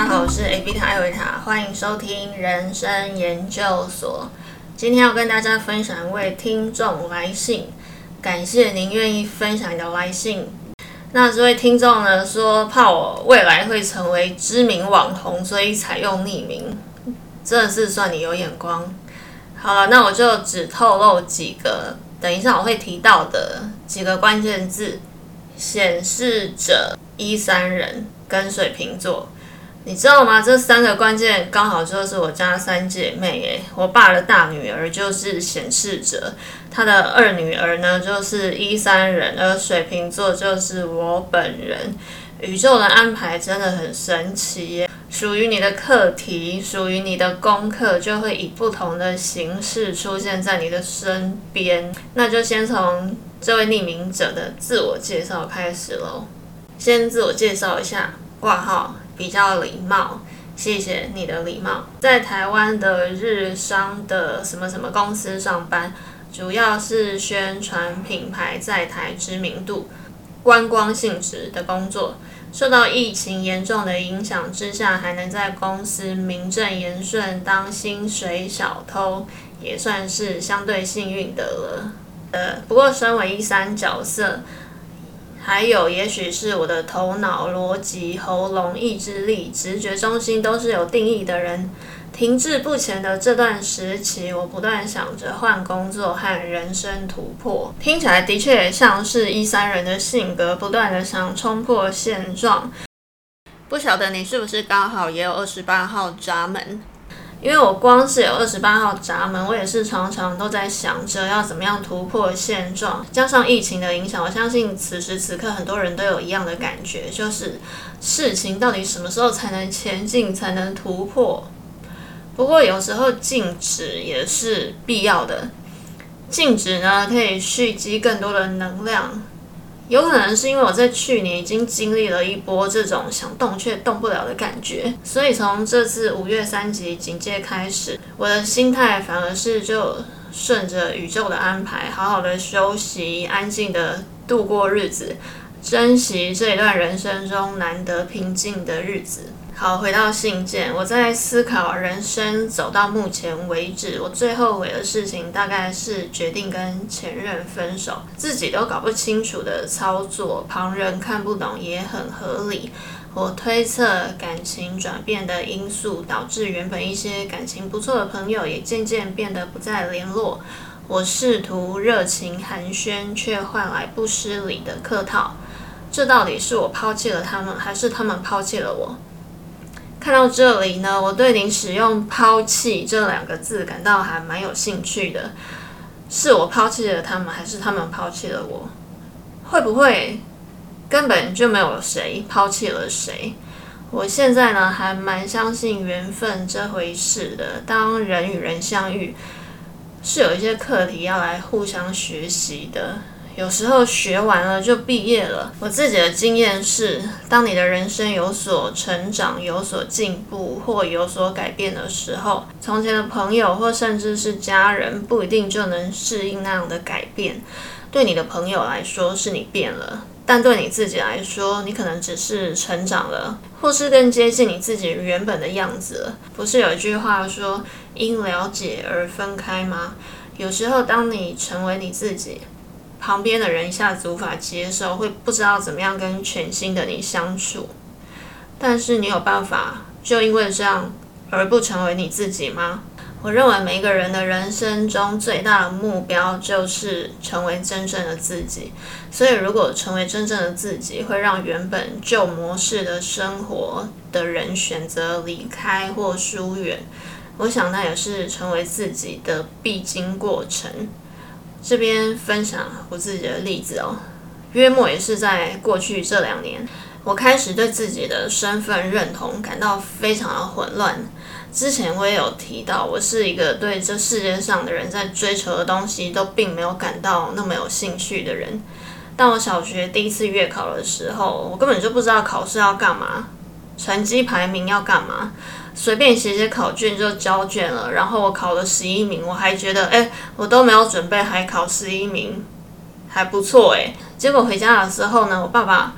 家好，我是 A B 塔艾维塔，欢迎收听人生研究所。今天要跟大家分享一位听众来信，感谢您愿意分享你的来信。那这位听众呢说，怕我未来会成为知名网红，所以采用匿名，真的是算你有眼光。好了，那我就只透露几个，等一下我会提到的几个关键字：显示者、13人跟水瓶座。你知道吗？这三个关键刚好就是我家三姐妹耶。我爸的大女儿就是显示者，他的二女儿呢就是13人，而水瓶座就是我本人。宇宙的安排真的很神奇耶，属于你的课题，属于你的功课，就会以不同的形式出现在你的身边。那就先从这位匿名者的自我介绍开始咯。先自我介绍一下，挂号。比较礼貌，谢谢你的礼貌。在台湾的日商的什么什么公司上班，主要是宣传品牌在台知名度、观光性质的工作。受到疫情严重的影响之下，还能在公司名正言顺当薪水小偷，也算是相对幸运的了。不过身为13角色，还有，也许是我的头脑、逻辑、喉咙、意志力、直觉中心都是有定义的人。停滞不前的这段时期，我不断想着换工作和人生突破。听起来的确也像是13人的性格，不断的想冲破现状。不晓得你是不是刚好也有28号闸门？因为我光是有28号闸门，我也是常常都在想着要怎么样突破现状。加上疫情的影响，我相信此时此刻很多人都有一样的感觉，就是事情到底什么时候才能前进，才能突破。不过有时候静止也是必要的，静止呢可以蓄积更多的能量。有可能是因为我在去年已经经历了一波这种想动却动不了的感觉，所以从这次5月3级警戒开始，我的心态反而是就顺着宇宙的安排，好好的休息，安静的度过日子，珍惜这一段人生中难得平静的日子。好，回到信件，我在思考人生走到目前为止，我最后悔的事情大概是决定跟前任分手，自己都搞不清楚的操作，旁人看不懂也很合理。我推测感情转变的因素导致原本一些感情不错的朋友也渐渐变得不再联络。我试图热情寒暄，却换来不失礼的客套。这到底是我抛弃了他们，还是他们抛弃了我？看到这里呢，我对您使用抛弃这2个字感到还蛮有兴趣的。是我抛弃了他们，还是他们抛弃了我？会不会根本就没有谁抛弃了谁？我现在呢还蛮相信缘分这回事的。当人与人相遇，是有一些课题要来互相学习的。有时候学完了就毕业了。我自己的经验是，当你的人生有所成长、有所进步或有所改变的时候，从前的朋友或甚至是家人不一定就能适应那样的改变。对你的朋友来说是你变了，但对你自己来说，你可能只是成长了，或是更接近你自己原本的样子了。不是有一句话说因了解而分开吗？有时候当你成为你自己，旁边的人一下子无法接受，会不知道怎么样跟全新的你相处。但是你有办法就因为这样而不成为你自己吗？我认为每一个人的人生中最大的目标就是成为真正的自己。所以如果成为真正的自己会让原本旧模式的生活的人选择离开或疏远，我想那也是成为自己的必经过程。这边分享我自己的例子哦，约莫也是在过去这2年，我开始对自己的身份认同感到非常的混乱。之前我也有提到，我是一个对这世界上的人在追求的东西都并没有感到那么有兴趣的人。当我小学第1次月考的时候，我根本就不知道考试要干嘛，成绩排名要干嘛，随便写考卷就交卷了。然后我考了11名，我还觉得我都没有准备还考11名，还不错结果回家的时候呢，我爸爸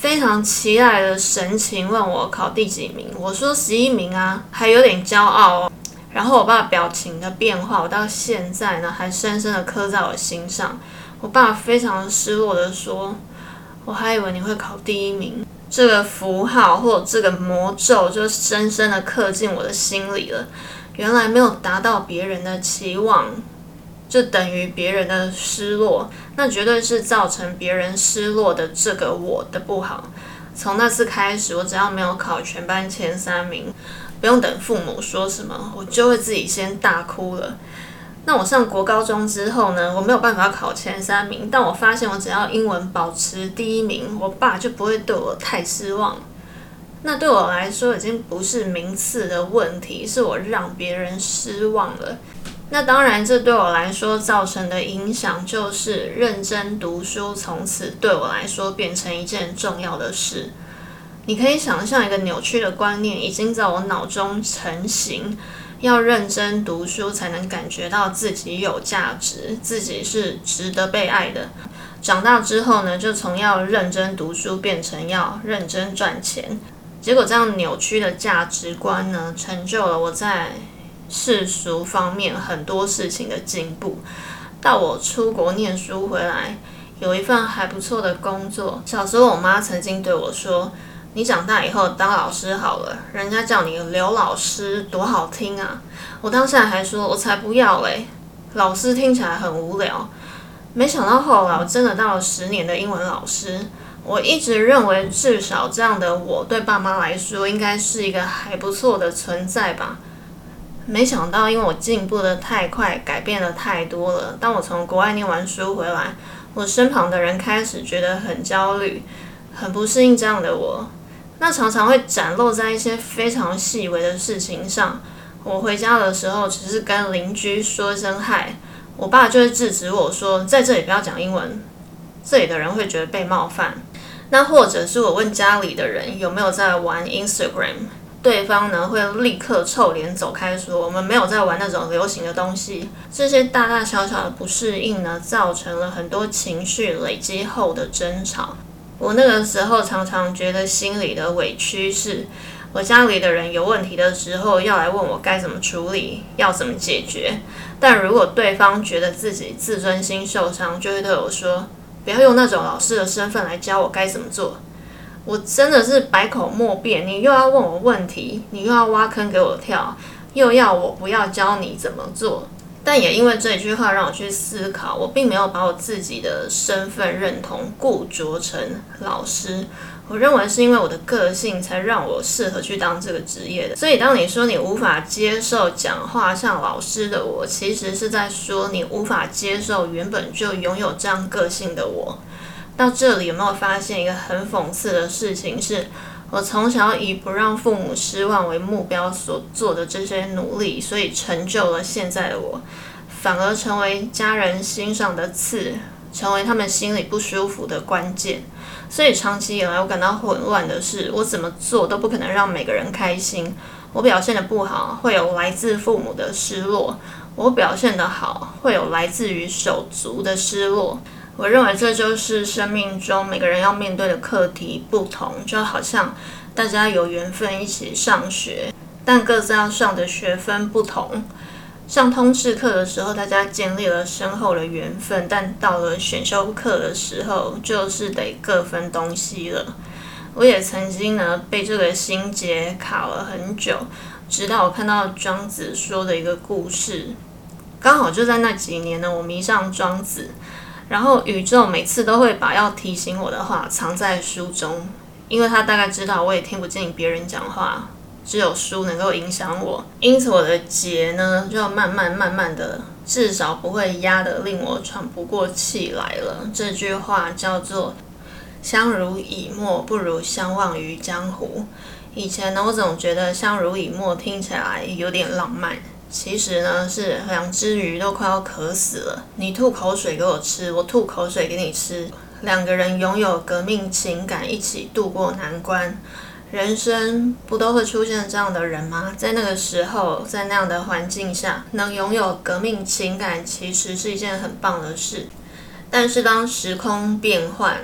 非常期待的神情问我考第几名，我说11名啊，还有点骄傲哦。然后我爸表情的变化，我到现在呢还深深的刻在我心上。我爸非常失落的说：“我还以为你会考第1名。”这个符号或者这个魔咒就深深的刻进我的心里了。原来没有达到别人的期望，就等于别人的失落，那绝对是造成别人失落的这个我的不好。从那次开始，我只要没有考全班前3名，不用等父母说什么，我就会自己先大哭了。那我上国高中之后呢，我没有办法考前3名，但我发现我只要英文保持第1名，我爸就不会对我太失望。那对我来说已经不是名次的问题，是我让别人失望了。那当然，这对我来说造成的影响就是认真读书，从此对我来说变成一件重要的事。你可以想象一个扭曲的观念已经在我脑中成型，要认真读书才能感觉到自己有价值，自己是值得被爱的。长大之后呢，就从要认真读书变成要认真赚钱。结果这样扭曲的价值观呢，成就了我在世俗方面很多事情的进步。到我出国念书回来，有一份还不错的工作。小时候我妈曾经对我说：“你长大以后当老师好了，人家叫你刘老师，多好听啊！”我当下还说：“我才不要嘞，老师听起来很无聊。”没想到后来我真的当了10年的英文老师。我一直认为，至少这样的我对爸妈来说，应该是一个还不错的存在吧。没想到，因为我进步的太快，改变了太多了。当我从国外念完书回来，我身旁的人开始觉得很焦虑，很不适应这样的我。那常常会展露在一些非常细微的事情上。我回家的时候，只是跟邻居说一声嗨，我爸就会制止我说，在这里不要讲英文，这里的人会觉得被冒犯。那或者是我问家里的人有没有在玩 Instagram， 对方呢会立刻臭脸走开说我们没有在玩那种流行的东西。这些大大小小的不适应呢，造成了很多情绪累积后的争吵。我那个时候常常觉得心里的委屈是，我家里的人有问题的时候要来问我该怎么处理，要怎么解决。但如果对方觉得自己自尊心受伤，就会对我说，不要用那种老师的身份来教我该怎么做。我真的是百口莫辩，你又要问我问题，你又要挖坑给我跳，又要我不要教你怎么做。但也因为这句话让我去思考，我并没有把我自己的身份认同固着成老师。我认为是因为我的个性才让我适合去当这个职业的。所以当你说你无法接受讲话像老师的我，其实是在说你无法接受原本就拥有这样个性的我。到这里有没有发现一个很讽刺的事情是，我从小以不让父母失望为目标所做的这些努力，所以成就了现在的我，反而成为家人心上的刺，成为他们心里不舒服的关键。所以长期以来我感到混乱的是，我怎么做都不可能让每个人开心。我表现得不好，会有来自父母的失落；我表现得好，会有来自于手足的失落。我认为这就是生命中每个人要面对的课题不同，就好像大家有缘分一起上学，但各自要上的学分不同。上通识课的时候，大家建立了深厚的缘分，但到了选修课的时候，就是得各分东西了。我也曾经呢被这个心结卡了很久，直到我看到庄子说的一个故事。刚好就在那几年呢，我迷上庄子，然后宇宙每次都会把要提醒我的话藏在书中，因为他大概知道我也听不进别人讲话，只有书能够影响我，因此我的结呢就慢慢的，至少不会压得令我喘不过气来了。这句话叫做相濡以沫不如相忘于江湖。以前呢我总觉得相濡以沫听起来有点浪漫，其实呢是2只鱼都快要渴死了，你吐口水给我吃，我吐口水给你吃，2个人拥有革命情感一起度过难关。人生不都会出现这样的人吗？在那个时候，在那样的环境下，能拥有革命情感其实是一件很棒的事。但是当时空变换，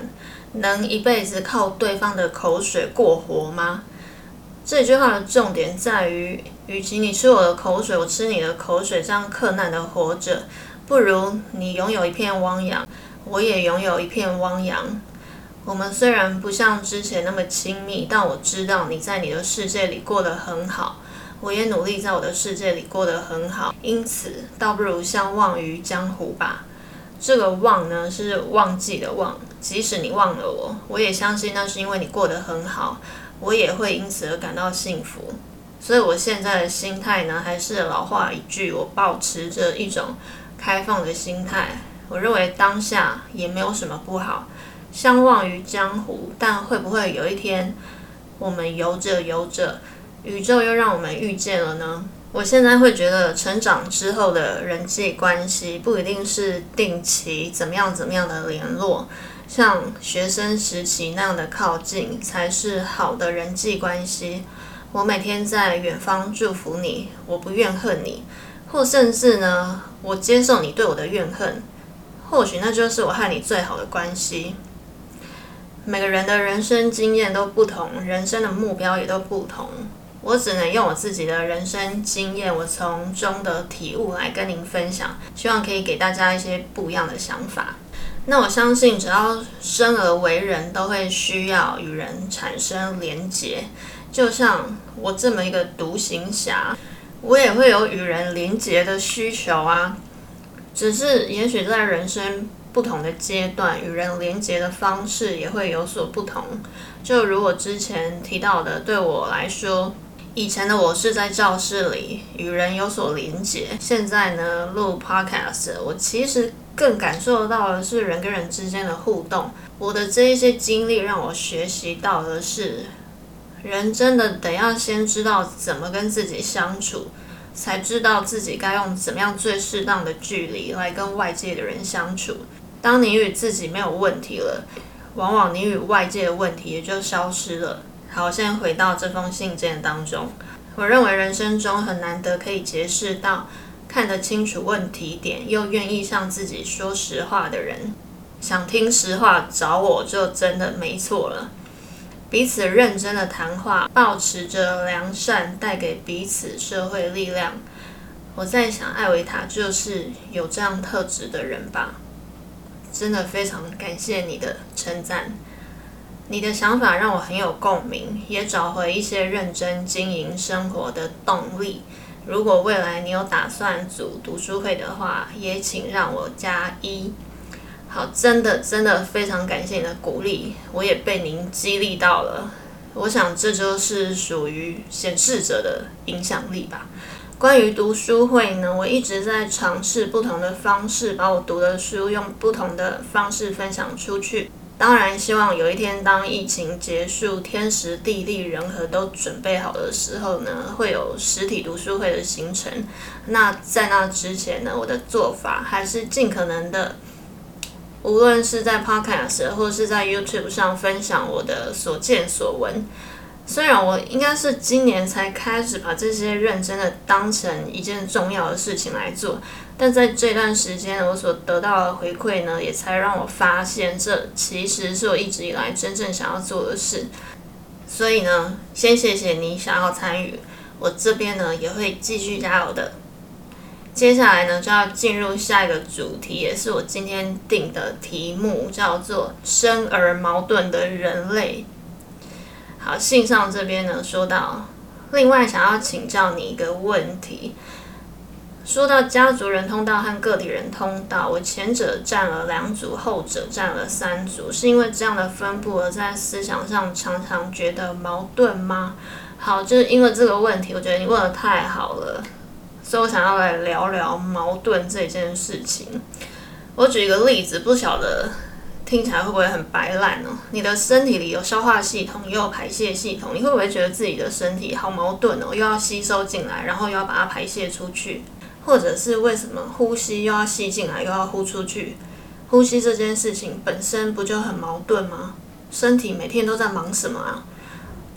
能一辈子靠对方的口水过活吗？这句话的重点在于，与其你吃我的口水，我吃你的口水，这样克难的活着，不如你拥有一片汪洋，我也拥有一片汪洋。我们虽然不像之前那么亲密，但我知道你在你的世界里过得很好，我也努力在我的世界里过得很好，因此倒不如相忘于江湖吧。这个忘呢，是忘记的忘，即使你忘了我，我也相信那是因为你过得很好，我也会因此而感到幸福。所以我现在的心态呢，还是老话一句，我保持着一种开放的心态。我认为当下也没有什么不好，相忘于江湖，但会不会有一天我们游着游着，宇宙又让我们遇见了呢？我现在会觉得成长之后的人际关系不一定是定期怎么样的联络，像学生时期那样的靠近才是好的人际关系。我每天在远方祝福你，我不怨恨你，或甚至呢，我接受你对我的怨恨，或许那就是我和你最好的关系。每个人的人生经验都不同，人生的目标也都不同。我只能用我自己的人生经验，我从中的体悟来跟您分享，希望可以给大家一些不一样的想法。那我相信，只要生而为人，都会需要与人产生连结。就像我这么一个独行侠，我也会有与人连结的需求啊。只是也许在人生不同的阶段，与人连结的方式也会有所不同。就如我之前提到的，对我来说，以前的我是在教室里与人有所连结，现在呢录 podcast， 我其实更感受到的是人跟人之间的互动。我的这一些经历让我学习到的是，人真的得要先知道怎么跟自己相处，才知道自己该用怎么样最适当的距离来跟外界的人相处。当你与自己没有问题了，往往你与外界的问题也就消失了。好，先回到这封信件当中。我认为人生中很难得可以结识到看得清楚问题点，又愿意向自己说实话的人。想听实话找我就真的没错了。彼此认真的谈话，抱持着良善，带给彼此社会力量。我在想，艾维塔就是有这样特质的人吧。真的非常感谢你的称赞。你的想法让我很有共鸣，也找回一些认真经营生活的动力。如果未来你有打算组读书会的话，也请让我加1。好，真的非常感谢你的鼓励，我也被您激励到了。我想这就是属于显示者的影响力吧。关于读书会呢，我一直在尝试不同的方式，把我读的书用不同的方式分享出去。当然希望有一天当疫情结束，天时地利人和都准备好的时候呢，会有实体读书会的行程。那在那之前呢，我的做法还是尽可能的，无论是在 podcast 或是在 YouTube 上分享我的所见所闻。虽然我应该是今年才开始把这些认真的当成一件重要的事情来做，但在这段时间我所得到的回馈呢，也才让我发现这其实是我一直以来真正想要做的事。所以呢，先谢谢你想要参与，我这边呢也会继续加油的。接下来呢，就要进入下一个主题，也是我今天定的题目，叫做生而矛盾的人类。好，信上这边呢说到，另外想要请教你一个问题。说到家族人通道和个体人通道，我前者占了2组，后者占了3组，是因为这样的分布而在思想上常常觉得矛盾吗？好，就是因为这个问题，我觉得你问得太好了，所以我想要来聊聊矛盾这件事情。我举一个例子，不晓得听起来会不会很白烂哦？你的身体里有消化系统，又有排泄系统，你会不会觉得自己的身体好矛盾哦？又要吸收进来，然后又要把它排泄出去，或者是为什么呼吸又要吸进来，又要呼出去？呼吸这件事情本身不就很矛盾吗？身体每天都在忙什么啊？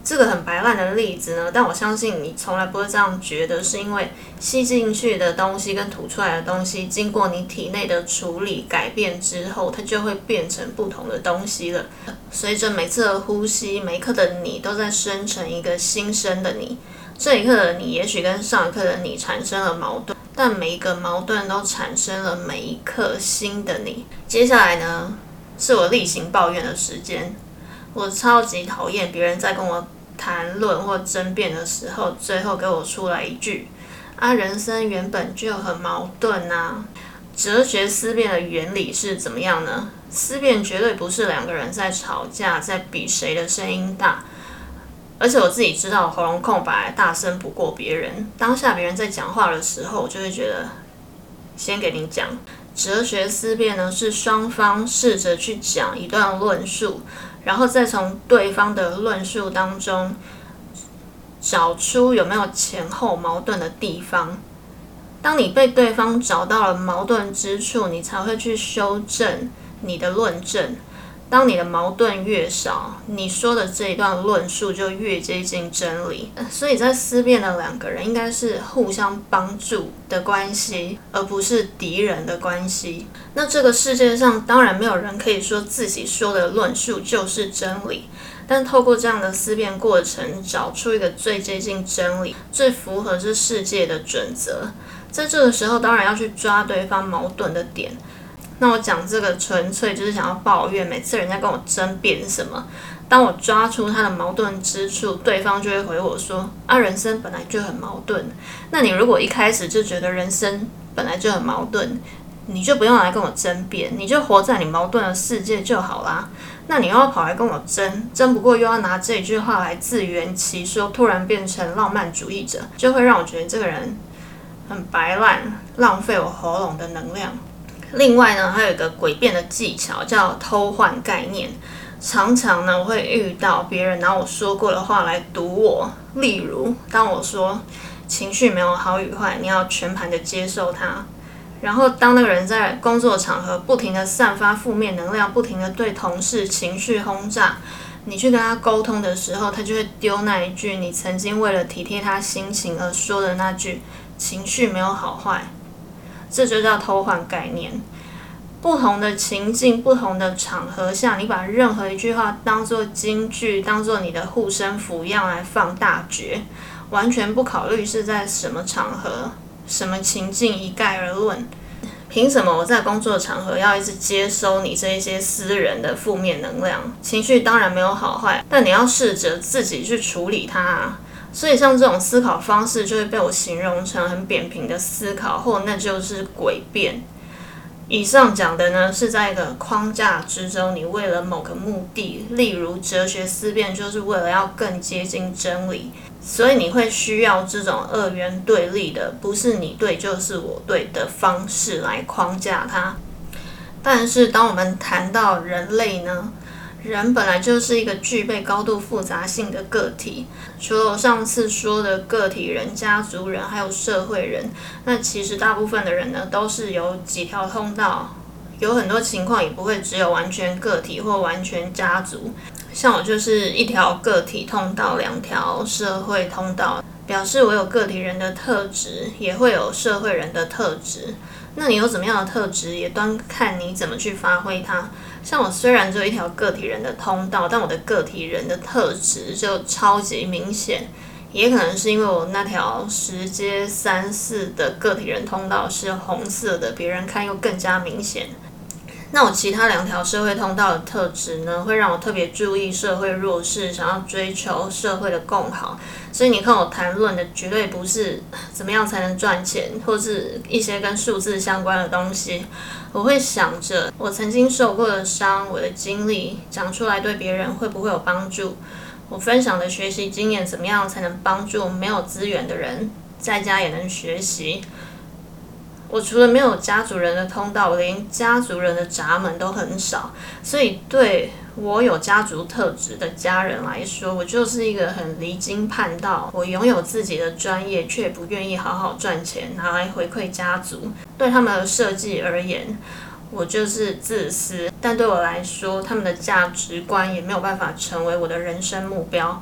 这个很白烂的例子呢，但我相信你从来不会这样觉得，是因为吸进去的东西跟吐出来的东西，经过你体内的处理改变之后，它就会变成不同的东西了。随着每次的呼吸，每一刻的你都在生成一个新生的你。这一刻的你也许跟上一刻的你产生了矛盾，但每一个矛盾都产生了每一刻新的你。接下来呢，是我例行抱怨的时间。我超级讨厌别人在跟我谈论或争辩的时候，最后给我出来一句：“啊，人生原本就很矛盾啊。”哲学思辨的原理是怎么样呢？思辨绝对不是两个人在吵架，在比谁的声音大。而且我自己知道喉咙空白，大声不过别人。当下别人在讲话的时候，我就会觉得，先给你讲。哲学思辨呢，是双方试着去讲一段论述，然后再从对方的论述当中找出有没有前后矛盾的地方。当你被对方找到了矛盾之处，你才会去修正你的论证。当你的矛盾越少，你说的这一段论述就越接近真理。所以在思辨的两个人应该是互相帮助的关系，而不是敌人的关系。那这个世界上当然没有人可以说自己说的论述就是真理，但透过这样的思辨过程，找出一个最接近真理、最符合这世界的准则。在这个时候，当然要去抓对方矛盾的点。那我讲这个纯粹就是想要抱怨，每次人家跟我争辩什么，当我抓出他的矛盾之处，对方就会回我说：“啊，人生本来就很矛盾。”那你如果一开始就觉得人生本来就很矛盾，你就不用来跟我争辩，你就活在你矛盾的世界就好啦。那你又要跑来跟我争不过又要拿这句话来自圆其说，突然变成浪漫主义者，就会让我觉得这个人很白烂，浪费我喉咙的能量。另外呢，还有一个诡辩的技巧叫偷换概念。常常呢，我会遇到别人拿我说过的话来堵我。例如，当我说情绪没有好与坏，你要全盘的接受它。然后，当那个人在工作场合不停的散发负面能量，不停的对同事情绪轰炸，你去跟他沟通的时候，他就会丢那一句你曾经为了体贴他心情而说的那句情绪没有好坏。这就叫偷换概念。不同的情境、不同的场合下，你把任何一句话当作金句，当作你的护身符一样来放大决，完全不考虑是在什么场合、什么情境，一概而论。凭什么我在工作场合要一直接收你这一些私人的负面能量？情绪当然没有好坏，但你要试着自己去处理它啊。所以像这种思考方式就会被我形容成很扁平的思考，或那就是诡辩。以上讲的呢，是在一个框架之中，你为了某个目的，例如哲学思辨，就是为了要更接近真理，所以你会需要这种二元对立的，不是你对就是我对的方式来框架它。但是当我们谈到人类呢，人本来就是一个具备高度复杂性的个体，除了我上次说的个体人、家族人，还有社会人，那其实大部分的人呢，都是有几条通道，有很多情况也不会只有完全个体或完全家族。像我就是一条个体通道，两条社会通道，表示我有个体人的特质，也会有社会人的特质。那你有怎么样的特质，也端看你怎么去发挥它。像我虽然只有一条个体人的通道，但我的个体人的特质就超级明显，也可能是因为我那条10街3、4的个体人通道是红色的，别人看又更加明显。那我其他2条社会通道的特质呢，会让我特别注意社会弱势，想要追求社会的共好。所以你看我谈论的绝对不是怎么样才能赚钱，或是一些跟数字相关的东西。我会想着我曾经受过的伤，我的经历讲出来对别人会不会有帮助？我分享的学习经验怎么样才能帮助没有资源的人在家也能学习？我除了没有家族人的通道，我连家族人的闸门都很少，所以对我有家族特质的家人来说，我就是一个很离经叛道。我拥有自己的专业，却不愿意好好赚钱拿来回馈家族。对他们的设计而言，我就是自私，但对我来说，他们的价值观也没有办法成为我的人生目标。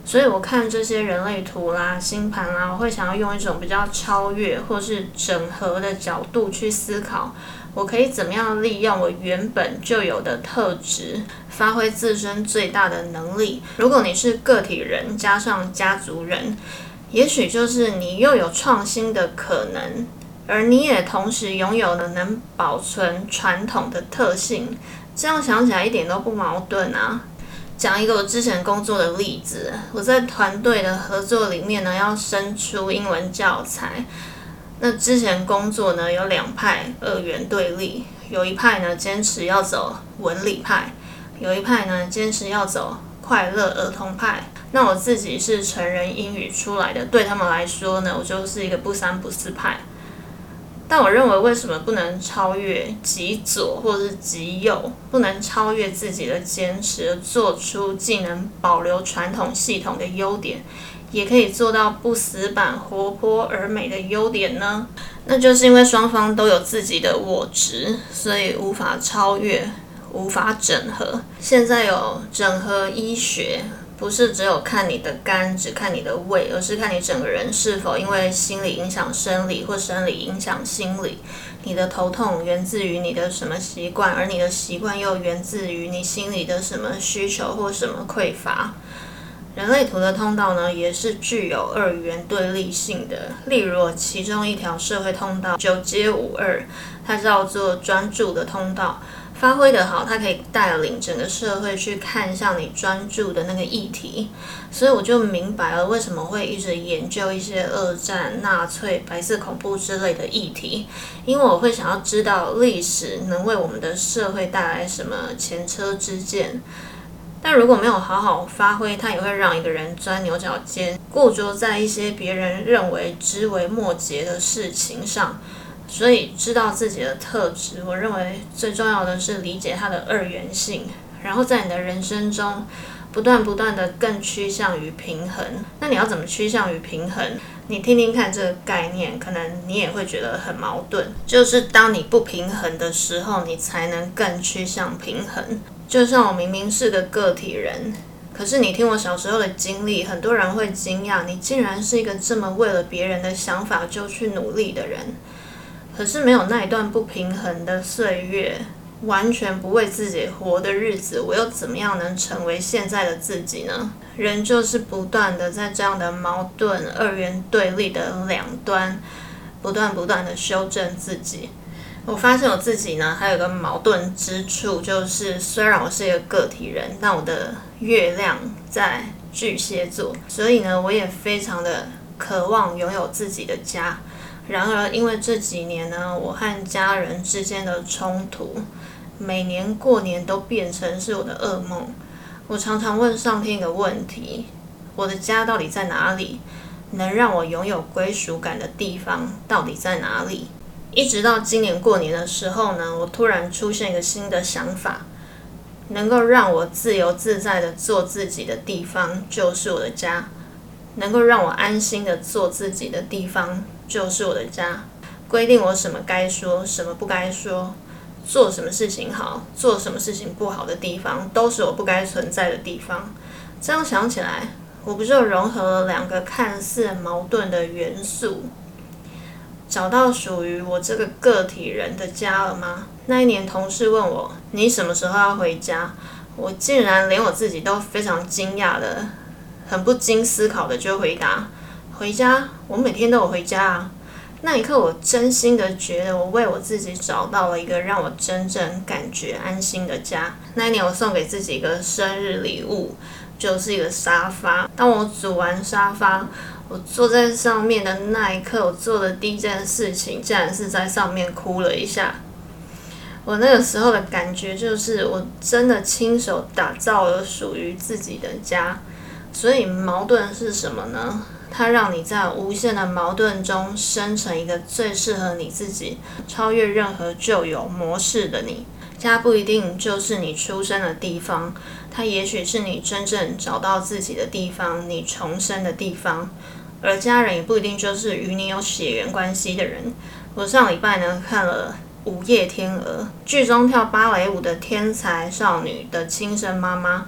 所以我看这些人类图啦、星盘啦，我会想要用一种比较超越或是整合的角度去思考，我可以怎么样利用我原本就有的特质，发挥自身最大的能力。如果你是个体人加上家族人，也许就是你又有创新的可能，而你也同时拥有了能保存传统的特性。这样想起来一点都不矛盾啊。讲一个我之前工作的例子，我在团队的合作里面呢，要生出英文教材。那之前工作呢，有2派二元对立，有一派呢坚持要走文理派，有一派呢坚持要走快乐儿童派。那我自己是成人英语出来的，对他们来说呢，我就是一个不三不四派。但我认为，为什么不能超越极左或是极右，不能超越自己的坚持，而做出既能保留传统系统的优点，也可以做到不死板、活泼而美的优点呢？那就是因为双方都有自己的我执，所以无法超越，无法整合。现在有整合医学，不是只有看你的肝，只看你的胃，而是看你整个人是否因为心理影响生理，或生理影响心理。你的头痛源自于你的什么习惯，而你的习惯又源自于你心里的什么需求或什么匮乏。人类图的通道呢，也是具有2元对立性的。例如，其中一条社会通道9阶52，它叫做专注的通道。发挥得好，它可以带领整个社会去看向你专注的那个议题。所以我就明白了为什么会一直研究一些二战、纳粹、白色恐怖之类的议题，因为我会想要知道历史能为我们的社会带来什么前车之鉴。但如果没有好好发挥，它也会让一个人钻牛角尖，固着在一些别人认为枝微末节的事情上。所以知道自己的特质，我认为最重要的是理解它的2元性，然后在你的人生中不断的更趋向于平衡。那你要怎么趋向于平衡？你听听看这个概念，可能你也会觉得很矛盾。就是当你不平衡的时候，你才能更趋向平衡。就像我明明是个个体人，可是你听我小时候的经历，很多人会惊讶，你竟然是一个这么为了别人的想法就去努力的人。可是没有那一段不平衡的岁月，完全不为自己活的日子，我又怎么样能成为现在的自己呢？人就是不断的在这样的矛盾2元对立的两端，不断的修正自己。我发现我自己呢，还有个矛盾之处，就是虽然我是一个个体人，但我的月亮在巨蟹座，所以呢，我也非常的渴望拥有自己的家。然而，因为这几年呢，我和家人之间的冲突，每年过年都变成是我的噩梦。我常常问上天一个问题：我的家到底在哪里？能让我拥有归属感的地方到底在哪里？一直到今年过年的时候呢，我突然出现一个新的想法，能够让我自由自在的做自己的地方就是我的家，能够让我安心的做自己的地方就是我的家。规定我什么该说，什么不该说，做什么事情好，做什么事情不好的地方，都是我不该存在的地方。这样想起来，我不就融合了2个看似矛盾的元素，找到属于我这个个体人的家了吗？那一年同事问我，你什么时候要回家？我竟然连我自己都非常惊讶的，很不经思考的就回答，回家？我每天都有回家啊。那一刻我真心的觉得我为我自己找到了一个让我真正感觉安心的家。那一年我送给自己一个生日礼物，就是一个沙发。当我煮完沙发，我坐在上面的那一刻，我做的第一件事情竟然是在上面哭了一下。我那个时候的感觉就是我真的亲手打造了属于自己的家。所以矛盾是什么呢？它让你在无限的矛盾中生成一个最适合你自己，超越任何旧有模式的你。家不一定就是你出生的地方，它也许是你真正找到自己的地方，你重生的地方。而家人也不一定就是与你有血缘关系的人。我上礼拜呢看了《午夜天鹅》，剧中跳芭蕾舞的天才少女的亲生妈妈，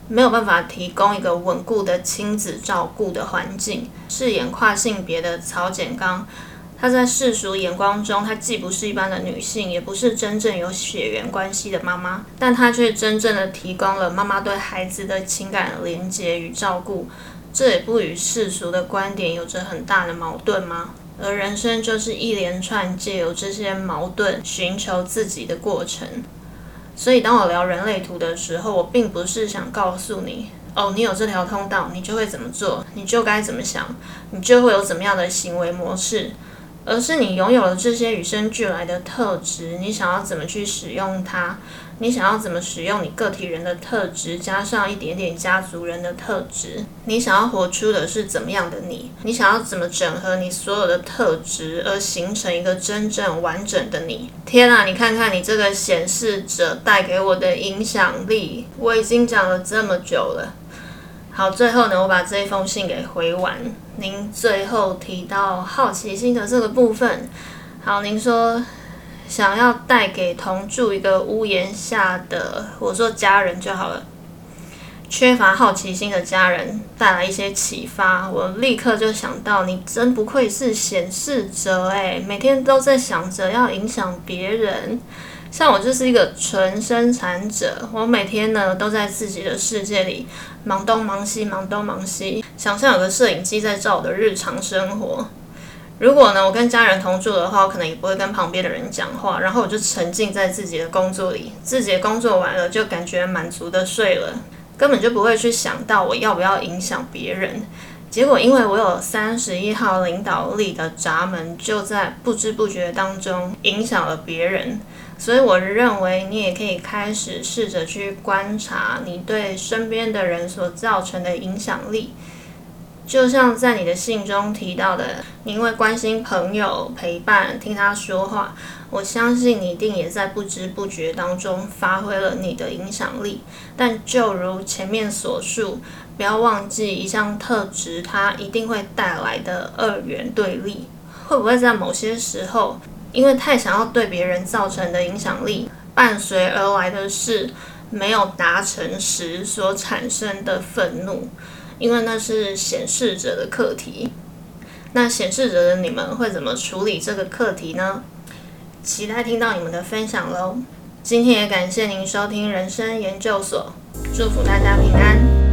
没有办法提供一个稳固的亲子照顾的环境。饰演跨性别的曹简刚，她在世俗眼光中，她既不是一般的女性，也不是真正有血缘关系的妈妈，但她却真正的提供了妈妈对孩子的情感连结与照顾。这也不与世俗的观点有着很大的矛盾吗？而人生就是一连串借由这些矛盾寻求自己的过程。所以当我聊人类图的时候，我并不是想告诉你，你有这条通道，你就会怎么做，你就该怎么想，你就会有怎么样的行为模式，而是你拥有了这些与生俱来的特质，你想要怎么去使用它，你想要怎么使用你个体人的特质，加上一点点家族人的特质，你想要活出的是怎么样的你，你想要怎么整合你所有的特质，而形成一个真正完整的你。天啊，你看看你这个显示者带给我的影响力，我已经讲了这么久了。好，最后呢，我把这一封信给回完。您最后提到好奇心的这个部分，好，您说想要带给同住一个屋檐下的，我说家人就好了，缺乏好奇心的家人带来一些启发。我立刻就想到，你真不愧是显示者每天都在想着要影响别人。像我就是一个纯生产者，我每天呢都在自己的世界里忙东忙西，忙东忙西，想象有个摄影机在照我的日常生活。如果呢我跟家人同住的话，我可能也不会跟旁边的人讲话，然后我就沉浸在自己的工作里，自己的工作完了就感觉满足的睡了，根本就不会去想到我要不要影响别人。结果因为我有31号领导力的闸门，就在不知不觉当中影响了别人。所以我认为你也可以开始试着去观察你对身边的人所造成的影响力。就像在你的信中提到的，你因为关心朋友、陪伴、听他说话，我相信你一定也在不知不觉当中发挥了你的影响力。但就如前面所述，不要忘记一项特质它一定会带来的二元对立。会不会在某些时候，因为太想要对别人造成的影响力，伴随而来的是没有达成时所产生的愤怒？因为那是显示者的课题。那显示者的你们会怎么处理这个课题呢？期待听到你们的分享咯。今天也感谢您收听人生研究所，祝福大家平安。